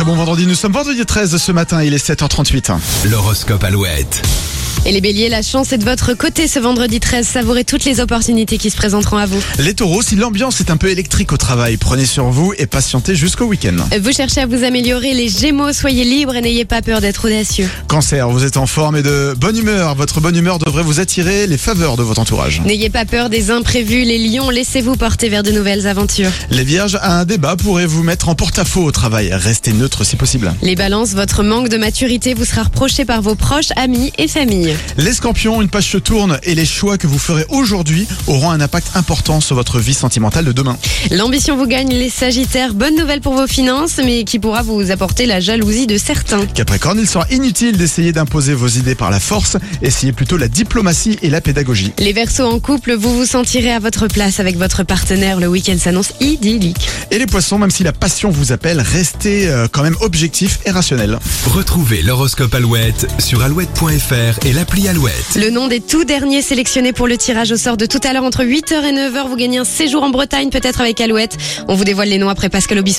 bon vendredi, nous sommes vendredi 13 ce matin, il est 7h38. L'horoscope Alouette. Et les béliers, la chance est de votre côté ce vendredi 13. Savourez toutes les opportunités qui se présenteront à vous. Les taureaux, si l'ambiance est un peu électrique au travail, prenez sur vous et patientez jusqu'au week-end. Vous cherchez à vous améliorer, les gémeaux, soyez libres et n'ayez pas peur d'être audacieux. Cancer, vous êtes en forme et de bonne humeur. Votre bonne humeur devrait vous attirer les faveurs de votre entourage. N'ayez pas peur des imprévus, les lions, laissez-vous porter vers de nouvelles aventures. Les vierges, un débat pourrait vous mettre en porte-à-faux au travail. Restez neutre si possible. Les balances, votre manque de maturité vous sera reproché par vos proches, amis et famille. Les scorpions, une page se tourne et les choix que vous ferez aujourd'hui auront un impact important sur votre vie sentimentale de demain. L'ambition vous gagne, les sagittaires, bonne nouvelle pour vos finances, mais qui pourra vous apporter la jalousie de certains. Capricorne, il sera inutile d'essayer d'imposer vos idées par la force. Essayez plutôt la diplomatie et la pédagogie. Les Verseaux en couple, vous vous sentirez à votre place avec votre partenaire. Le week-end s'annonce idyllique. Et les poissons, même si la passion vous appelle, restez quand même objectif et rationnel. Retrouvez l'horoscope Alouette sur alouette.fr et l'appli Alouette. Le nom des tout derniers sélectionnés pour le tirage au sort de tout à l'heure entre 8h et 9h. Vous gagnez un séjour en Bretagne, peut-être avec Alouette. On vous dévoile les noms après Pascal Obispo.